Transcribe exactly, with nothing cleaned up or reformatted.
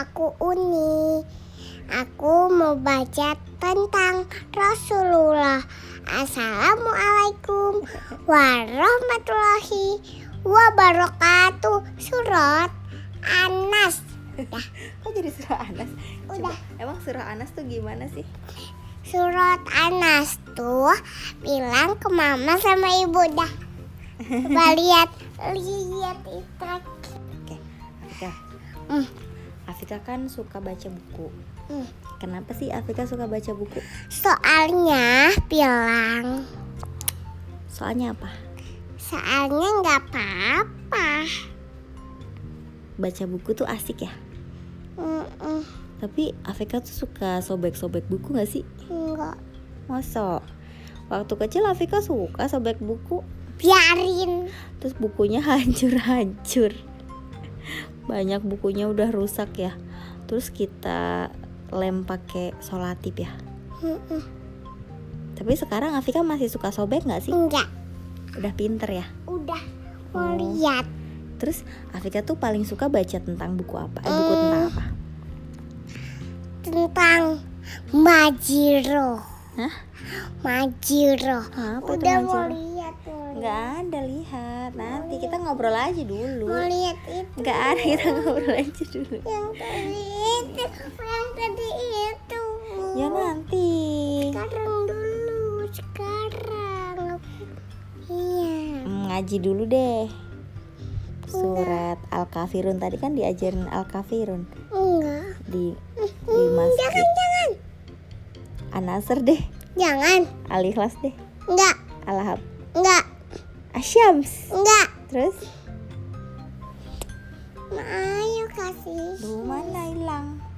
aku Uni. Aku mau baca tentang Rasulullah. Assalamualaikum warahmatullahi wabarakatuh. Surat An-Nas. Udah. Kok jadi surah Anas? Coba, Udah. emang surah Anas tuh gimana sih? Surat An-Nas tuh bilang ke mama sama ibu dah. Coba lihat, lihat itu. Oke, Afika. Hmm. Afika kan suka baca buku. Hmm. Kenapa sih Afika suka baca buku? Soalnya bilang, Soalnya apa? soalnya nggak apa-apa. Baca buku tuh asik ya. Mm-mm. Tapi Afika tuh suka sobek-sobek buku gak sih? Enggak. Masa? Waktu kecil Afika suka sobek buku, Biarin. terus bukunya hancur-hancur. Banyak bukunya udah rusak ya. Terus kita lem pakai solatif ya. Mm-mm. Tapi sekarang Afika masih suka sobek gak sih? Enggak. Udah pinter ya. Udah mau Oh. lihat. Terus Afika tuh paling suka baca tentang buku apa? Eh, buku tentang apa? Tentang Majiro. Hah? Majiro. Apa itu Udah mau Majiro? lihat tuh. Nggak ada, lihat. Nanti kita ngobrol aja dulu. Mau lihat itu. Nggak ada, kita ngobrol aja dulu. Yang tadi itu. Yang tadi itu. Ya nanti. Sekarang dulu. Sekarang. Iya. Hmm, ngaji dulu deh. Surat Al-Kafirun tadi kan diajarin Al-Kafirun Enggak. di di masjid. Jangan, jangan. An-Nasr deh, Jangan. Al-Ikhlas deh, Enggak. Al-Ahab, Enggak. Asyams. Enggak. Terus, Ma, ayo kasih. duh mana hilang?